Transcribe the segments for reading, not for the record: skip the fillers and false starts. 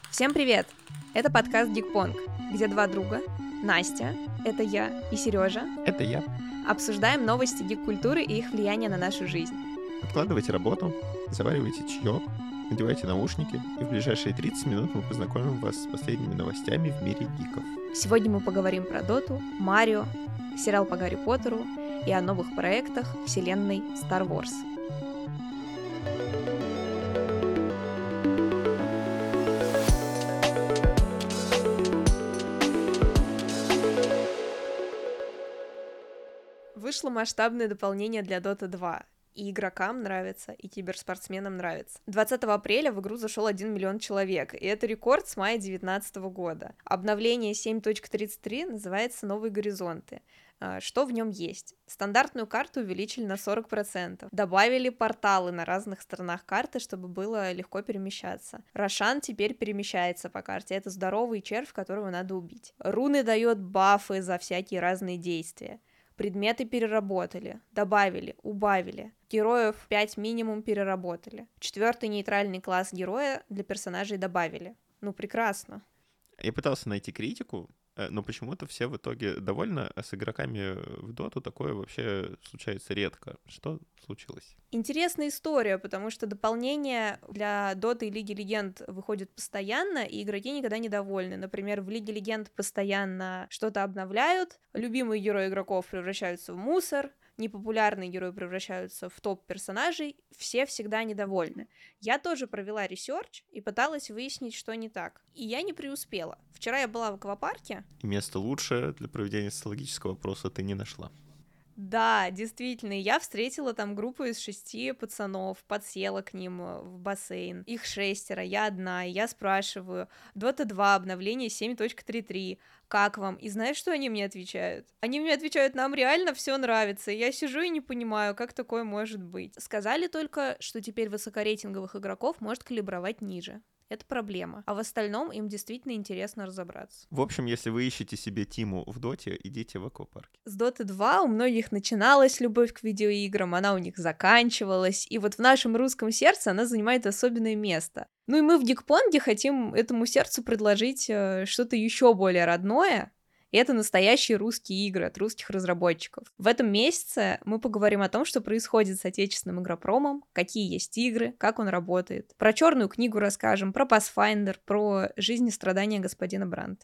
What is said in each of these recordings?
Всем привет! Это подкаст Дикпонг, где два друга, Настя, это я, и Сережа, Это я. обсуждаем новости гик-культуры и их влияние на нашу жизнь. Откладывайте работу, заваривайте чаек, надевайте наушники, и в ближайшие 30 минут мы познакомим вас с последними новостями в мире гиков. Сегодня мы поговорим про Доту, Марио, сериал по Гарри Поттеру и о новых проектах вселенной Star Wars. Вышло масштабное дополнение для Dota 2. И игрокам нравится, и киберспортсменам нравится. 20 апреля в игру зашел 1 миллион человек, и это рекорд с мая 2019 года. Обновление 7.33 называется «Новые горизонты». Что в нем есть? Стандартную карту увеличили на 40%. Добавили порталы на разных сторонах карты, чтобы было легко перемещаться. Рошан теперь перемещается по карте. Это здоровый червь, которого надо убить. Руны дает бафы за всякие разные действия. Предметы переработали, добавили, убавили. Героев 5 минимум переработали. 4-й нейтральный класс героя для персонажей добавили. Ну, прекрасно. Я пытался найти критику, но почему-то все в итоге довольны, а с игроками в доту такое вообще случается редко. Что случилось? Интересная история, потому что дополнения для Доты и Лиги Легенд выходят постоянно, и игроки никогда не довольны. Например, в Лиге Легенд постоянно что-то обновляют, любимые герои игроков превращаются в мусор, непопулярные герои превращаются в топ-персонажей, все всегда недовольны. Я тоже провела ресерч и пыталась выяснить, что не так. И я не преуспела. Вчера я была в аквапарке. И место лучшее для проведения социологического опроса ты не нашла. Да, действительно, я встретила там группу из 6 пацанов, подсела к ним в бассейн. Их 6, я одна, и я спрашиваю, Dota 2, обновление 7.33, как вам? И знаешь, что они мне отвечают? Они мне отвечают, нам реально все нравится, и я сижу и не понимаю, как такое может быть. Сказали только, что теперь высокорейтинговых игроков может калибровать ниже. Это проблема. А в остальном им действительно интересно разобраться. В общем, если вы ищете себе Тиму в доте, идите в аквапарке. С Dota 2 у многих начиналась любовь к видеоиграм, она у них заканчивалась, и вот в нашем русском сердце она занимает особенное место. Ну и мы в Дикпонге хотим этому сердцу предложить что-то еще более родное, и это настоящие русские игры от русских разработчиков. В этом месяце мы поговорим о том, что происходит с отечественным игропромом, какие есть игры, как он работает. Про черную книгу расскажем, про Pathfinder, про жизнь и страдания господина Бранта.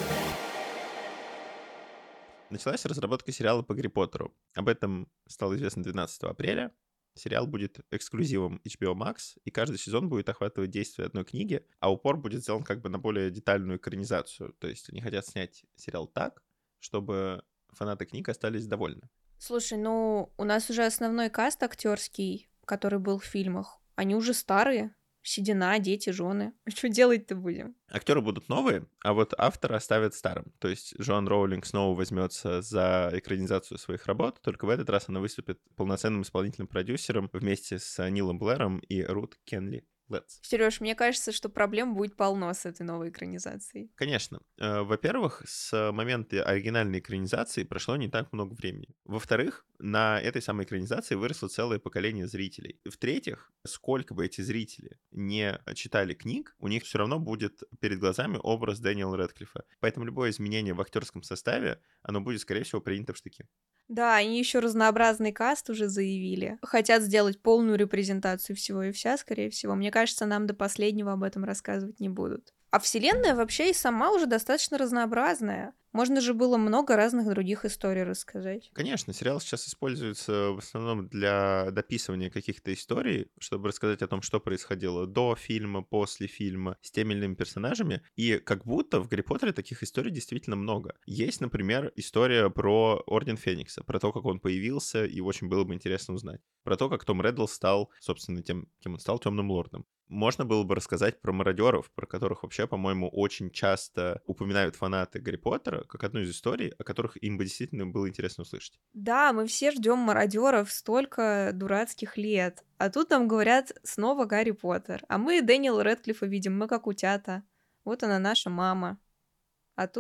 Началась разработка сериала по Гарри Поттеру. Об этом стало известно 12 апреля. Сериал будет эксклюзивом HBO Max, и каждый сезон будет охватывать действие одной книги, а упор будет сделан как бы на более детальную экранизацию. То есть они хотят снять сериал так, чтобы фанаты книг остались довольны. Слушай, ну у нас уже основной каст актерский, который был в фильмах, они уже старые. Седина, дети, жены. Что делать-то будем? Актеры будут новые, а вот автор оставят старым. То есть Джоан Роулинг снова возьмется за экранизацию своих работ, только в этот раз она выступит полноценным исполнительным продюсером вместе с Нилом Блэром и Рут Кенли. Сереж, мне кажется, что проблем будет полно с этой новой экранизацией. Конечно. Во-первых, с момента оригинальной экранизации прошло не так много времени. Во-вторых, на этой самой экранизации выросло целое поколение зрителей. В-третьих, сколько бы эти зрители не читали книг, у них все равно будет перед глазами образ Дэниела Рэдклиффа. Поэтому любое изменение в актерском составе, оно будет, скорее всего, принято в штыки. Да, они еще разнообразный каст уже заявили. Хотят сделать полную репрезентацию всего и вся, скорее всего. Мне кажется, нам до последнего об этом рассказывать не будут. А вселенная вообще и сама уже достаточно разнообразная. Можно же было много разных других историй рассказать. Конечно, сериал сейчас используется в основном для дописывания каких-то историй, чтобы рассказать о том, что происходило до фильма, после фильма, с теми или иными персонажами. И как будто в Гарри Поттере таких историй действительно много. Есть, например, история про Орден Феникса, про то, как он появился, и очень было бы интересно узнать. Про то, как Том Реддл стал, собственно, тем, кем он стал, Темным Лордом. Можно было бы рассказать про мародеров, про которых вообще, по-моему, очень часто упоминают фанаты Гарри Поттера, как одну из историй, о которых им бы действительно было интересно услышать. Да, мы все ждем мародеров столько дурацких лет. А тут нам говорят снова Гарри Поттер. А мы Дэниела Рэдклиффа видим, мы как утята. Вот она наша мама. А тут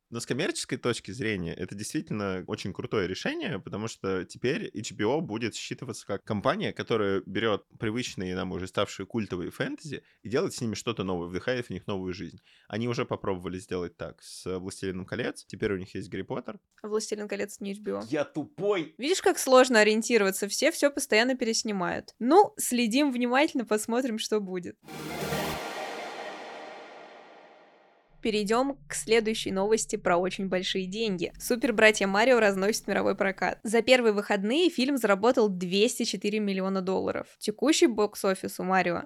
Но с коммерческой точки зрения это действительно очень крутое решение, потому что теперь HBO будет считываться как компания, которая берет привычные нам уже ставшие культовые фэнтези и делает с ними что-то новое, вдыхает в них новую жизнь. Они уже попробовали сделать так с «Властелином колец», теперь у них есть «Гарри Поттер». «Властелин колец» не HBO. Я тупой! Видишь, как сложно ориентироваться, все постоянно переснимают. Ну, следим внимательно, посмотрим, что будет. Перейдем к следующей новости про очень большие деньги. Супер братья Марио разносят мировой прокат. За первые выходные фильм заработал 204 миллиона долларов. Текущий бокс-офис у Марио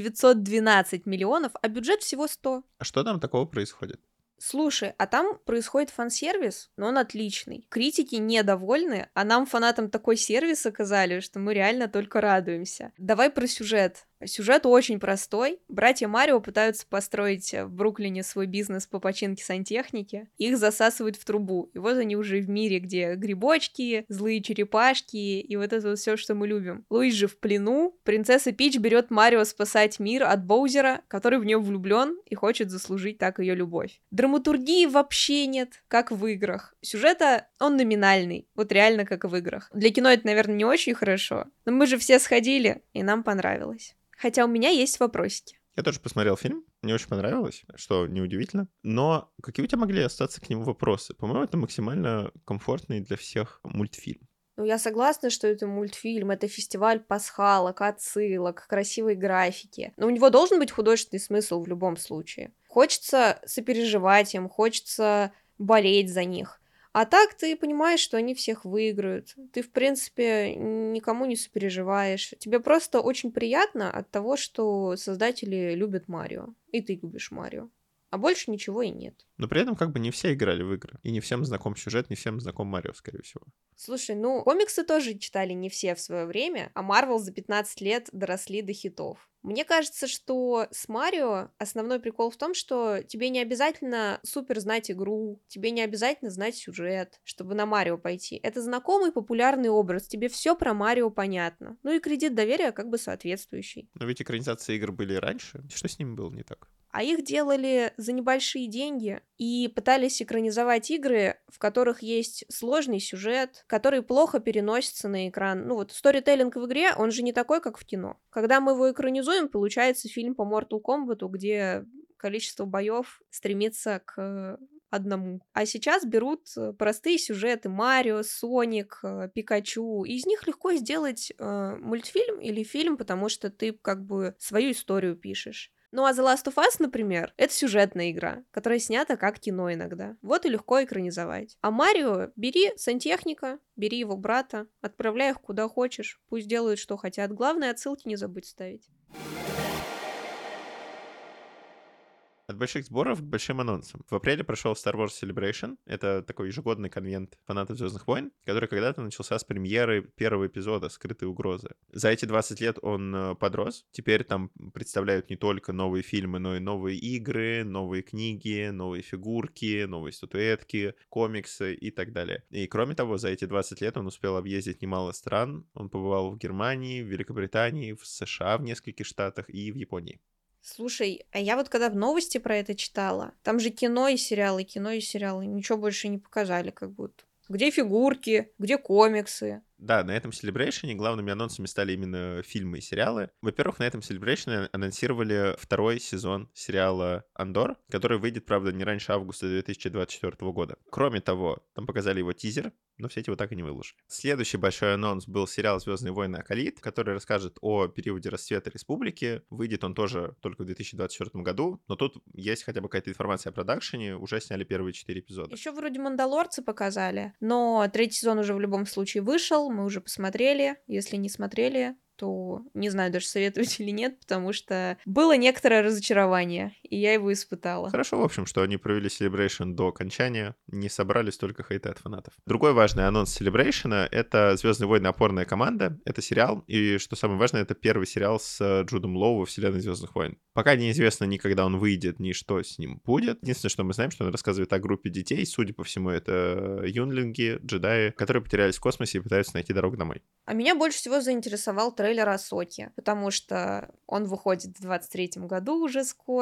912 миллионов, а бюджет всего 100. А что там такого происходит? Слушай, а там происходит фан-сервис, но он отличный. Критики недовольны, а нам, фанатам, такой сервис оказали, что мы реально только радуемся. Давай про сюжет. Сюжет очень простой. Братья Марио пытаются построить в Бруклине свой бизнес по починке сантехники. Их засасывают в трубу. И вот они уже в мире, где грибочки, злые черепашки и вот это вот все, что мы любим. Луис же в плену. Принцесса Пич берет Марио спасать мир от Боузера, который в нее влюблен и хочет заслужить так ее любовь. Драматургии вообще нет, как в играх. Сюжета, он номинальный. Вот реально как в играх. Для кино это, наверное, не очень хорошо. Но мы же все сходили, и нам понравилось. Хотя у меня есть вопросики. Я тоже посмотрел фильм, мне очень понравилось, что неудивительно. Но какие у тебя могли остаться к нему вопросы? По-моему, это максимально комфортный для всех мультфильм. Ну, я согласна, что это мультфильм, это фестиваль пасхалок, отсылок, красивой графики. Но у него должен быть художественный смысл в любом случае. Хочется сопереживать им, хочется болеть за них. А так ты понимаешь, что они всех выиграют. Ты, в принципе, никому не сопереживаешь. Тебе просто очень приятно от того, что создатели любят Марио. И ты любишь Марио. А больше ничего и нет. Но при этом как бы не все играли в игры. И не всем знаком сюжет, не всем знаком Марио, скорее всего. Слушай, ну, комиксы тоже читали не все в свое время, а Марвел за 15 лет доросли до хитов. Мне кажется, что с Марио основной прикол в том, что тебе не обязательно супер знать игру, тебе не обязательно знать сюжет, чтобы на Марио пойти. Это знакомый популярный образ, тебе все про Марио понятно. Ну и кредит доверия как бы соответствующий. Но ведь экранизации игр были раньше. Что с ними было не так? А их делали за небольшие деньги и пытались экранизовать игры, в которых есть сложный сюжет, который плохо переносится на экран. Ну вот, сторителлинг в игре, он же не такой, как в кино. Когда мы его экранизуем, получается фильм по Mortal Kombat, где количество боев стремится к одному. А сейчас берут простые сюжеты: Марио, Соник, Пикачу, и из них легко сделать мультфильм или фильм, потому что ты как бы свою историю пишешь. Ну а The Last of Us, например, это сюжетная игра, которая снята как кино иногда. Вот и легко экранизовать. А Марио бери сантехника, бери его брата, отправляй их куда хочешь, пусть делают, что хотят. Главное, отсылки не забудь ставить. От больших сборов к большим анонсам. В апреле прошел Star Wars Celebration. Это такой ежегодный конвент фанатов «Звездных войн», который когда-то начался с премьеры первого эпизода «Скрытые угрозы». За эти 20 лет он подрос. Теперь там представляют не только новые фильмы, но и новые игры, новые книги, новые фигурки, новые статуэтки, комиксы и так далее. И кроме того, за эти 20 лет он успел объездить немало стран. Он побывал в Германии, в Великобритании, в США в нескольких штатах и в Японии. Слушай, а я вот когда в новости про это читала, там же кино и сериалы, ничего больше не показали как будто. Где фигурки, где комиксы? Да, на этом Celebration главными анонсами стали именно фильмы и сериалы. Во-первых, на этом Celebration анонсировали второй сезон сериала «Андор», который выйдет, правда, не раньше августа 2024 года. Кроме того, там показали его тизер, но все эти его так и не выложили. Следующий большой анонс был сериал «Звездные войны. Акалит», который расскажет о периоде расцвета республики. Выйдет он тоже только в 2024 году, но тут есть хотя бы какая-то информация о продакшене, уже сняли первые 4 эпизода. Еще вроде «Мандалорцы» показали, но третий сезон уже в любом случае вышел, мы уже посмотрели. Если не смотрели, то не знаю даже, советовать или нет, потому что было некоторое разочарование, и я его испытала. Хорошо, в общем, что они провели Celebration до окончания, не собрали столько хейта от фанатов. Другой важный анонс Celebration — это «Звездные войны. Опорная команда». Это сериал, и, что самое важное, это первый сериал с Джудом Лоу во вселенной «Звездных войн». Пока неизвестно ни когда он выйдет, ни что с ним будет. Единственное, что мы знаем, что он рассказывает о группе детей. Судя по всему, это юнглинги, джедаи, которые потерялись в космосе и пытаются найти дорогу домой. А меня больше всего заинтересовал трейлер Асоки, потому что он выходит в 23-м году уже скоро.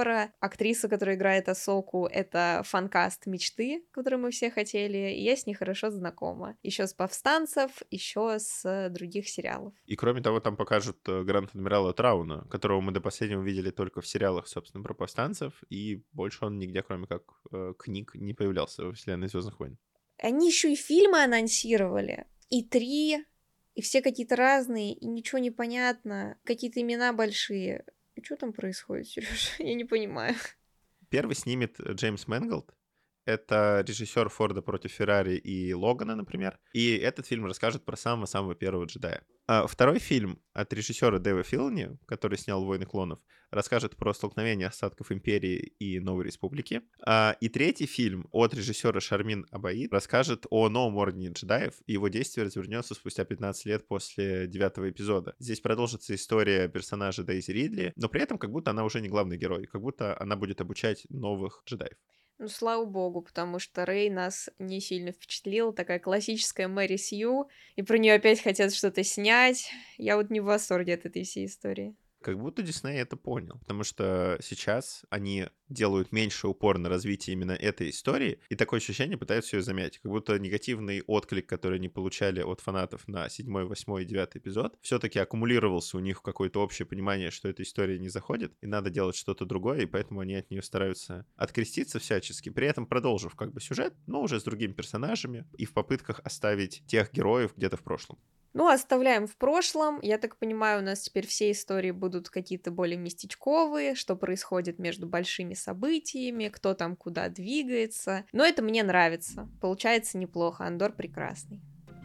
Актриса, которая играет Асоку, это фанкаст «Мечты», который мы все хотели, и я с ней хорошо знакома. Еще с «Повстанцев», еще с других сериалов. И кроме того, там покажут Гранд-адмирала Трауна, которого мы до последнего видели только в сериалах, собственно, про повстанцев, и больше он нигде, кроме как книг, не появлялся во вселенной «Звездных войн». Они еще и фильмы анонсировали, и 3, и все какие-то разные, и ничего не понятно, какие-то имена большие. И что там происходит, Сереж? Я не понимаю. Первый снимет Джеймс Мэнголд. Это режиссер «Форда против Феррари» и «Логана», например. И этот фильм расскажет про самого-самого первого джедая. А второй фильм от режиссера Дэйва Филони, который снял «Войны клонов», расскажет про столкновение остатков Империи и Новой Республики. И третий фильм от режиссера Шармин Абаид расскажет о новом ордене джедаев, и его действие развернется спустя 15 лет после 9-го эпизода. Здесь продолжится история персонажа Дейзи Ридли, но при этом как будто она уже не главный герой, как будто она будет обучать новых джедаев. Ну, слава богу, потому что Рэй нас не сильно впечатлила, такая классическая Мэри Сью, и про нее опять хотят что-то снять. Я вот не в восторге от этой всей истории. Как будто Дисней это понял, потому что сейчас они делают меньше упор на развитие именно этой истории, и такое ощущение пытаются ее замять. Как будто негативный отклик, который они получали от фанатов на 7, 8 и 9 эпизод, все-таки аккумулировался у них в какое-то общее понимание, что эта история не заходит, и надо делать что-то другое, и поэтому они от нее стараются откреститься всячески, при этом продолжив как бы сюжет, но уже с другими персонажами, и в попытках оставить тех героев где-то в прошлом. Ну, оставляем в прошлом. Я так понимаю, у нас теперь все истории будут какие-то более местечковые, что происходит между большими событиями, кто там куда двигается. Но это мне нравится. Получается неплохо. Андор прекрасный.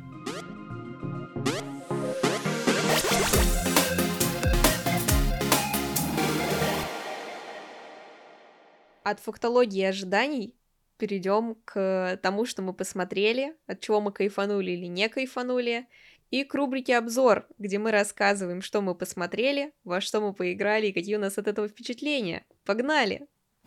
От фактологии ожиданий перейдем к тому, что мы посмотрели, от чего мы кайфанули или не кайфанули, и к рубрике «Обзор», где мы рассказываем, что мы посмотрели, во что мы поиграли и какие у нас от этого впечатления. Погнали!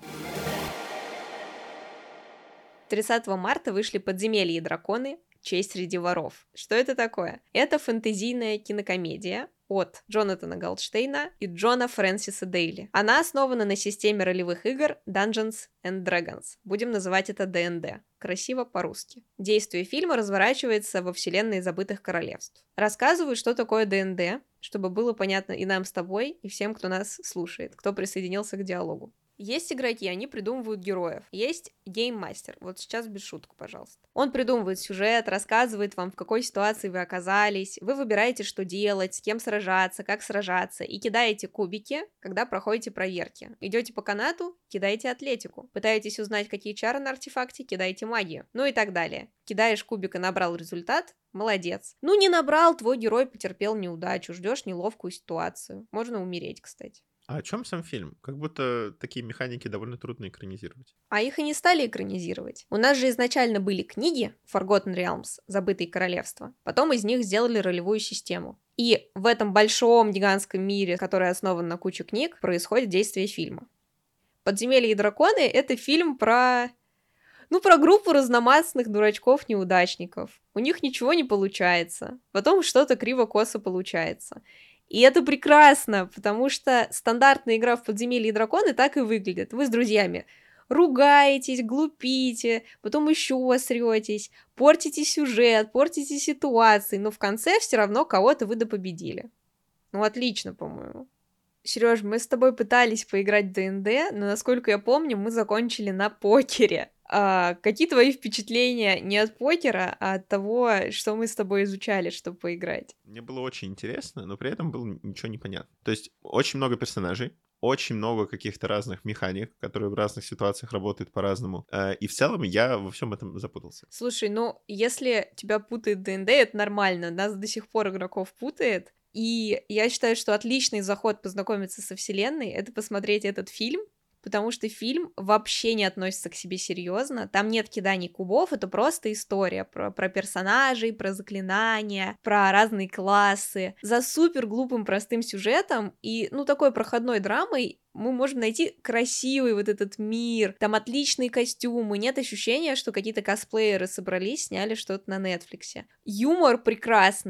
30 марта вышли «Подземелья и драконы. Честь среди воров». Что это такое? Это фэнтезийная кинокомедия от Джонатана Голдштейна и Джона Фрэнсиса Дейли. Она основана на системе ролевых игр Dungeons and Dragons. Будем называть это ДНД. Красиво по-русски. Действие фильма разворачивается во вселенной забытых королевств. Рассказываю, что такое ДНД, чтобы было понятно и нам с тобой, и всем, кто нас слушает, кто присоединился к диалогу. Есть игроки, они придумывают героев. Есть гейммастер. Вот сейчас без шуток, пожалуйста. Он придумывает сюжет, рассказывает вам, в какой ситуации вы оказались. Вы выбираете, что делать, с кем сражаться, как сражаться. И кидаете кубики, когда проходите проверки. Идете по канату, кидаете атлетику. Пытаетесь узнать, какие чары на артефакте, кидаете магию. Ну и так далее. Кидаешь кубик и набрал результат, молодец. Ну не набрал, твой герой потерпел неудачу, ждешь неловкую ситуацию. Можно умереть, кстати. А о чем сам фильм? Как будто такие механики довольно трудно экранизировать. А их и не стали экранизировать. У нас же изначально были книги Forgotten Realms, Забытые королевства. Потом из них сделали ролевую систему. И в этом большом гигантском мире, который основан на куче книг, происходит действие фильма. «Подземелья и драконы» — это фильм про группу разномастных дурачков-неудачников. У них ничего не получается. Потом что-то криво-косо получается. И это прекрасно, потому что стандартная игра в «Подземелье и драконы» так и выглядит. Вы с друзьями ругаетесь, глупите, потом еще сретесь, портите сюжет, портите ситуации, но в конце все равно кого-то вы допобедили. Ну, отлично, по-моему. Сереж, мы с тобой пытались поиграть в ДНД, но, насколько я помню, мы закончили на покере. Какие твои впечатления не от покера, а от того, что мы с тобой изучали, чтобы поиграть? Мне было очень интересно, но при этом было ничего не понятно. То есть очень много персонажей, очень много каких-то разных механик, которые в разных ситуациях работают по-разному. И в целом я во всем этом запутался. Слушай, ну, если тебя путает ДНД, это нормально. Нас до сих пор игроков путает. И я считаю, что отличный заход познакомиться со вселенной — это посмотреть этот фильм, потому что фильм вообще не относится к себе серьезно. Там нет киданий кубов, это просто история про персонажей, про заклинания, про разные классы. За супер глупым простым сюжетом и, такой проходной драмой мы можем найти красивый вот этот мир, там отличные костюмы, нет ощущения, что какие-то косплееры собрались, сняли что-то на Нетфликсе. Юмор прекрасный.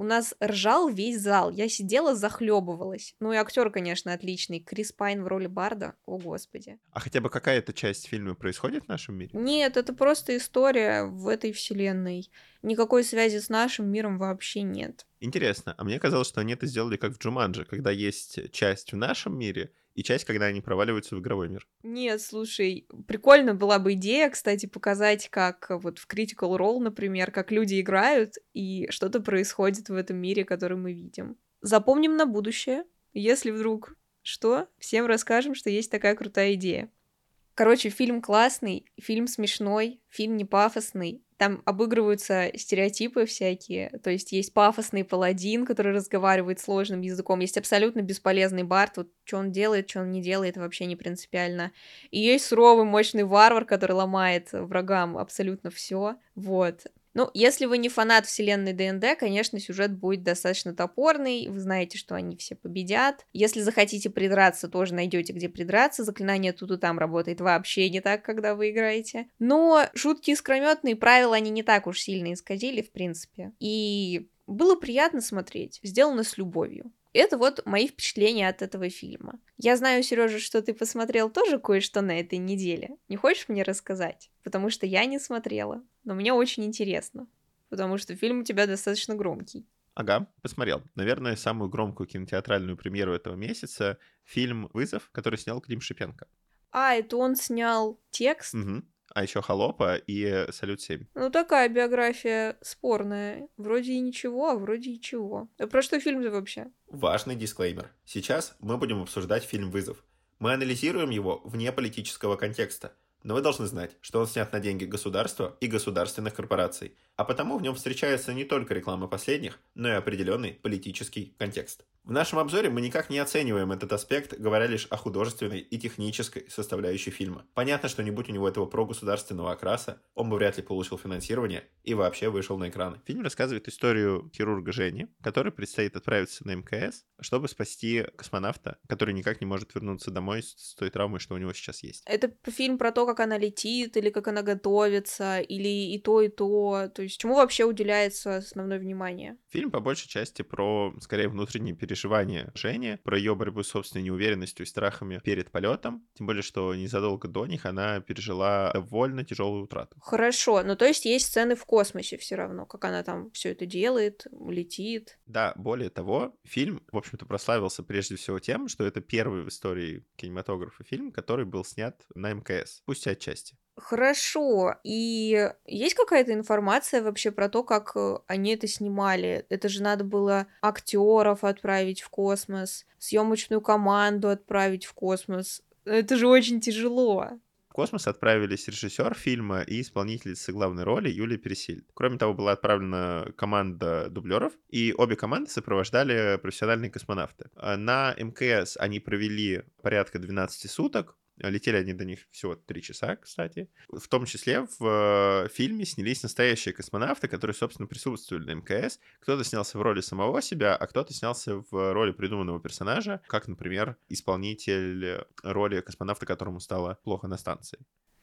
У нас ржал весь зал. Я сидела, захлебывалась. Ну и актер, конечно, отличный. Крис Пайн в роли Барда. О, господи. А хотя бы какая-то часть фильма происходит в нашем мире? Нет, это просто история в этой вселенной. Никакой связи с нашим миром вообще нет. Интересно, а мне казалось, что они это сделали как в Джуманджи, когда есть часть в нашем мире и часть, когда они проваливаются в игровой мир. Нет, слушай, прикольно была бы идея, кстати, показать, как вот в Critical Role, например, как люди играют и что-то происходит в этом мире, который мы видим. Запомним на будущее. Если вдруг что, всем расскажем, что есть такая крутая идея. Короче, фильм классный, фильм смешной, фильм не пафосный. Там обыгрываются стереотипы всякие. То есть есть пафосный паладин, который разговаривает сложным языком. Есть абсолютно бесполезный бард. Вот что он делает, что он не делает, вообще не принципиально. И есть суровый, мощный варвар, который ломает врагам абсолютно все. Вот. Ну, если вы не фанат вселенной ДНД, конечно, сюжет будет достаточно топорный, вы знаете, что они все победят. Если захотите придраться, тоже найдете, где придраться. Заклинание тут и там работает вообще не так, когда вы играете. Но шутки искрометные, правила они не так уж сильно исказили, в принципе. И было приятно смотреть, сделано с любовью. Это вот мои впечатления от этого фильма. Я знаю, Сережа, что ты посмотрел тоже кое-что на этой неделе. Не хочешь мне рассказать? Потому что я не смотрела. Но мне очень интересно. Потому что фильм у тебя достаточно громкий. Ага, посмотрел. Наверное, самую громкую кинотеатральную премьеру этого месяца — фильм «Вызов», который снял Клим Шипенко. А, это он снял текст? Угу. А еще «Холопа» и «Салют-7». Ну, такая биография спорная. Вроде и ничего, а вроде и чего. А про что фильм-то вообще? Важный дисклеймер. Сейчас мы будем обсуждать фильм «Вызов». Мы анализируем его вне политического контекста. Но вы должны знать, что он снят на деньги государства и государственных корпораций, а потому в нем встречается не только реклама последних, но и определенный политический контекст. В нашем обзоре мы никак не оцениваем этот аспект, говоря лишь о художественной и технической составляющей фильма. Понятно, что не будь у него этого прогосударственного окраса, он бы вряд ли получил финансирование и вообще вышел на экраны. Фильм рассказывает историю хирурга Жени, который предстоит отправиться на МКС, чтобы спасти космонавта, который никак не может вернуться домой с той травмой, что у него сейчас есть. Это фильм про то, как она летит, или как она готовится, или и то, и то. То есть чему вообще уделяется основное внимание? Фильм по большей части про, скорее, внутренние переживания Жени, про ее борьбу с собственной неуверенностью и страхами перед полетом. Тем более, что незадолго до них она пережила довольно тяжелую утрату. Хорошо, ну то есть есть сцены в космосе все равно, как она там все это делает, летит. Да, более того, фильм, в общем-то, прославился прежде всего тем, что это первый в истории кинематографа фильм, который был снят на МКС, пусть и отчасти. Хорошо. И есть какая-то информация вообще про то, как они это снимали? Это же надо было актеров отправить в космос, съемочную команду отправить в космос. Это же очень тяжело. В космос отправились режиссер фильма и исполнительница главной роли Юлия Пересильд. Кроме того, была отправлена команда дублеров, и обе команды сопровождали профессиональные космонавты. На МКС они провели порядка 12 суток. Летели они до них всего 3 часа, кстати. В том числе в фильме снялись настоящие космонавты, которые, собственно, присутствовали на МКС. Кто-то снялся в роли самого себя, а кто-то снялся в роли придуманного персонажа, как, например, исполнитель роли космонавта, которому стало плохо на станции.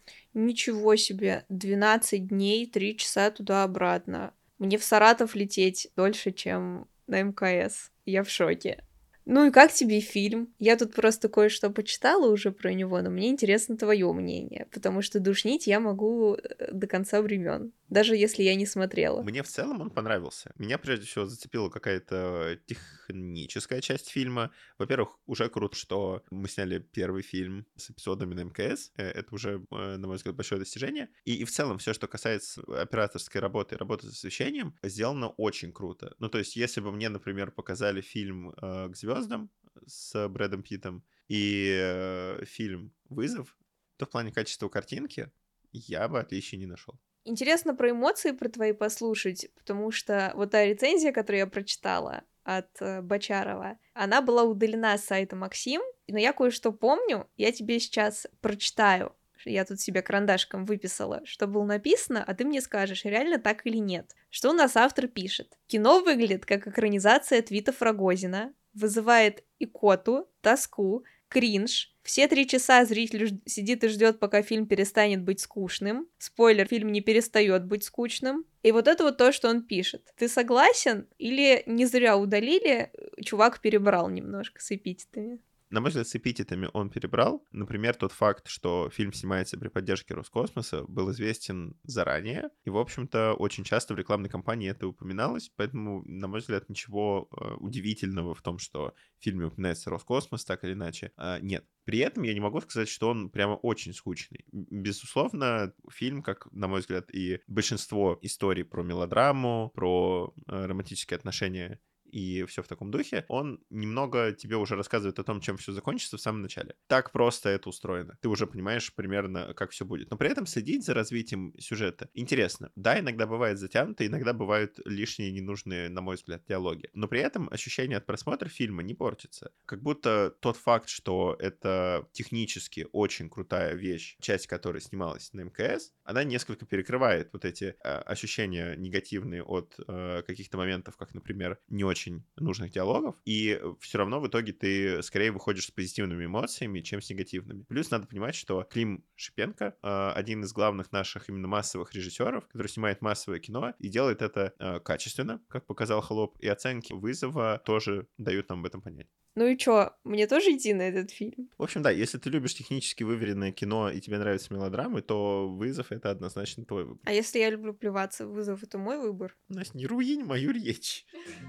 Ничего себе. 12 дней, 3 часа туда-обратно. Мне в Саратов лететь дольше, чем на МКС. Я в шоке. Ну и как тебе фильм? Я тут просто кое-что почитала уже про него, но мне интересно твое мнение, потому что душнить я могу до конца времен, даже если я не смотрела. Мне в целом он понравился. Меня прежде всего зацепила какая-то техническая часть фильма. Во-первых, уже круто, что мы сняли первый фильм с эпизодами на МКС. Это уже, на мой взгляд, большое достижение. И в целом все, что касается операторской работы и работы с освещением, сделано очень круто. Ну, то есть, если бы мне, например, показали фильм «К звездам» с Брэдом Питтом и фильм «Вызов», то в плане качества картинки я бы отличий не нашел. Интересно про эмоции про твои послушать, потому что вот та рецензия, которую я прочитала от Бочарова, она была удалена с сайта Максим, но я кое-что помню, я тебе сейчас прочитаю. Я тут себе карандашком выписала, что было написано, а ты мне скажешь, реально так или нет. Что у нас автор пишет? Кино выглядит как экранизация твитов Рогозина, вызывает икоту, тоску, кринж. Все 3 часа зритель сидит и ждет, пока фильм перестанет быть скучным. Спойлер, фильм не перестает быть скучным. И вот это вот то, что он пишет. Ты согласен? Или не зря удалили, чувак перебрал немножко с эпитетами? На мой взгляд, с эпитетами он перебрал. Например, тот факт, что фильм снимается при поддержке Роскосмоса, был известен заранее. И, в общем-то, очень часто в рекламной кампании это упоминалось. Поэтому, на мой взгляд, ничего удивительного в том, что в фильме упоминается Роскосмос, так или иначе, нет. При этом я не могу сказать, что он прямо очень скучный. Безусловно, фильм, как, на мой взгляд, и большинство историй про мелодраму, про романтические отношения и все в таком духе, он немного тебе уже рассказывает о том, чем все закончится в самом начале. Так просто это устроено. Ты уже понимаешь примерно, как все будет. Но при этом следить за развитием сюжета интересно. Да, иногда бывает затянуто, иногда бывают лишние ненужные, на мой взгляд, диалоги. Но при этом ощущение от просмотра фильма не портится. Как будто тот факт, что это технически очень крутая вещь, часть которой снималась на МКС, она несколько перекрывает вот эти ощущения негативные от каких-то моментов, как, например, не очень нужных диалогов, и все равно в итоге ты скорее выходишь с позитивными эмоциями, чем с негативными. Плюс надо понимать, что Клим Шипенко один из главных наших именно массовых режиссеров, который снимает массовое кино и делает это качественно, как показал «Холоп», и оценки «Вызова» тоже дают нам об этом понять. Ну и чё, мне тоже идти на этот фильм? В общем, да, если ты любишь технически выверенное кино и тебе нравятся мелодрамы, то «Вызов» — это однозначно твой выбор. А если я люблю плеваться в вызов, это мой выбор? Настя, не руинь мою речь.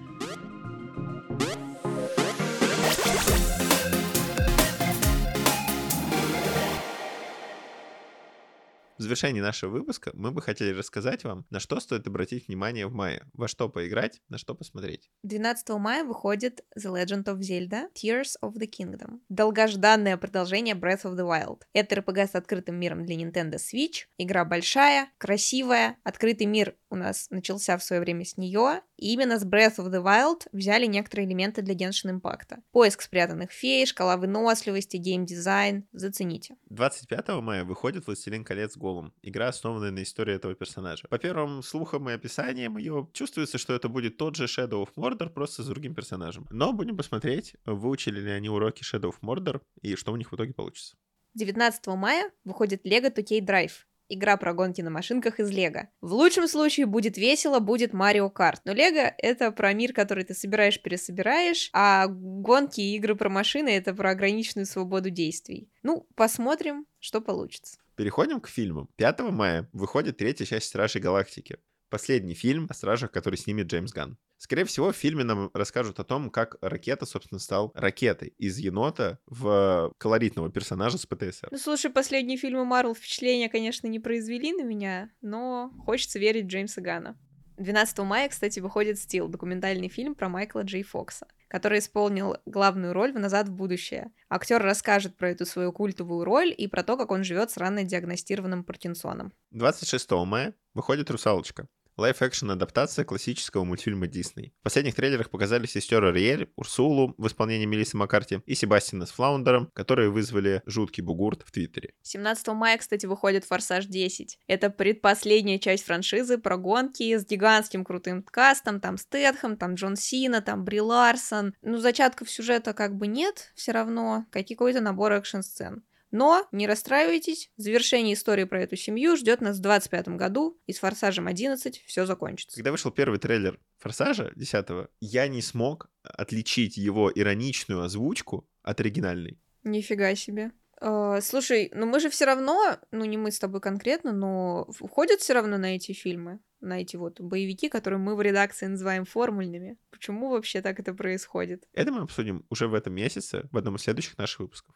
В завершении нашего выпуска мы бы хотели рассказать вам, на что стоит обратить внимание в мае, во что поиграть, на что посмотреть. 12 мая выходит The Legend of Zelda Tears of the Kingdom. Долгожданное продолжение Breath of the Wild. Это RPG с открытым миром для Nintendo Switch. Игра большая, красивая. Открытый мир у нас начался в свое время с нее. И именно с Breath of the Wild взяли некоторые элементы для Genshin Impact. Поиск спрятанных фей, шкала выносливости, геймдизайн. Зацените. 25 мая выходит «Властелин колец. Голум». Игра, основанная на истории этого персонажа. По первым слухам и описаниям ее, чувствуется, что это будет тот же Shadow of Mordor, просто с другим персонажем. Но будем посмотреть, выучили ли они уроки Shadow of Mordor и что у них в итоге получится. 19 мая выходит Lego 2K Drive. Игра про гонки на машинках из Лего. В лучшем случае будет весело, будет Марио Карт. Но Лего — это про мир, который ты собираешь-пересобираешь, а гонки и игры про машины — это про ограниченную свободу действий. Ну, посмотрим, что получится. Переходим к фильмам. 5 мая выходит третья часть «Стражей Галактики». Последний фильм о стражах, который снимет Джеймс Ганн. Скорее всего, в фильме нам расскажут о том, как ракета, собственно, стал ракетой из енота в колоритного персонажа с ПТСР. Ну, слушай, последние фильмы Марвел впечатления, конечно, не произвели на меня, но хочется верить в Джеймса Ганна. 12 мая, кстати, выходит «Стил», документальный фильм про Майкла Джей Фокса, который исполнил главную роль в «Назад в будущее». Актер расскажет про эту свою культовую роль и про то, как он живет с рано диагностированным Паркинсоном. 26 мая выходит «Русалочка». Лайф-экшн адаптация классического мультфильма Дисней. В последних трейлерах показали сестер Ариэль, Урсулу в исполнении Мелиссы Маккарти и Себастьяна с Флаундером, которые вызвали жуткий бугурт в Твиттере. 17 мая, кстати, выходит «Форсаж 10». Это предпоследняя часть франшизы про гонки с гигантским крутым кастом. Там Стэтхэм, там Джон Сина, там Бри Ларсон. Ну, зачатков сюжета как бы нет все равно. Какой-то набор экшн-сцен. Но не расстраивайтесь, завершение истории про эту семью ждет нас в 2025 году, и с «Форсажем 11» все закончится. Когда вышел первый трейлер «Форсажа» 10-го, я не смог отличить его ироничную озвучку от оригинальной. Нифига себе. Слушай, ну мы же все равно, ну не мы с тобой конкретно, но уходят все равно на эти фильмы, на эти вот боевики, которые мы в редакции называем формульными. Почему вообще так это происходит? Это мы обсудим уже в этом месяце, в одном из следующих наших выпусков.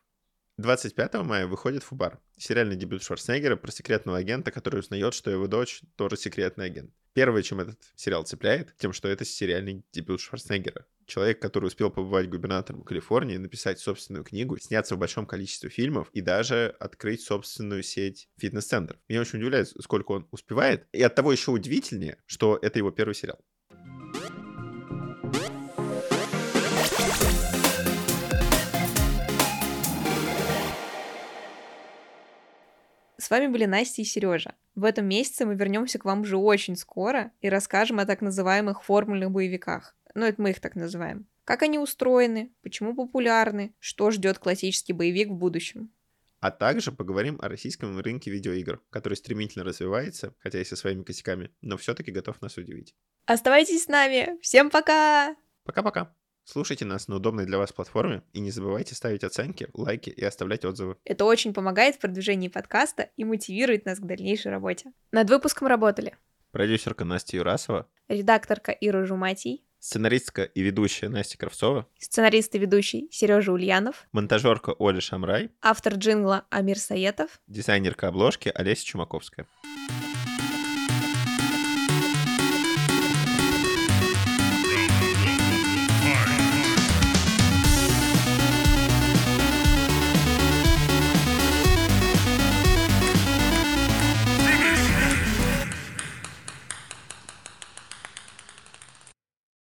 25 мая выходит «Фубар», сериальный дебют Шварценеггера про секретного агента, который узнает, что его дочь тоже секретный агент. Первое, чем этот сериал цепляет, тем, что это сериальный дебют Шварценеггера. Человек, который успел побывать губернатором Калифорнии, написать собственную книгу, сняться в большом количестве фильмов и даже открыть собственную сеть фитнес-центров. Меня очень удивляет, сколько он успевает. И оттого еще удивительнее, что это его первый сериал. С вами были Настя и Сережа. В этом месяце мы вернемся к вам уже очень скоро и расскажем о так называемых формульных боевиках. Ну, это мы их так называем. Как они устроены, почему популярны, что ждет классический боевик в будущем. А также поговорим о российском рынке видеоигр, который стремительно развивается, хотя и со своими косяками, но все-таки готов нас удивить. Оставайтесь с нами. Всем пока! Пока-пока. Слушайте нас на удобной для вас платформе и не забывайте ставить оценки, лайки и оставлять отзывы. Это очень помогает в продвижении подкаста и мотивирует нас к дальнейшей работе. Над выпуском работали Продюсерка Настя Юрасова, редакторка Ира Жуматий, сценаристка и ведущая Настя Кравцова, сценарист и ведущий Сережа Ульянов, монтажерка Оля Шамрай, автор джингла Амир Саетов, дизайнерка обложки Олеся Чумаковская.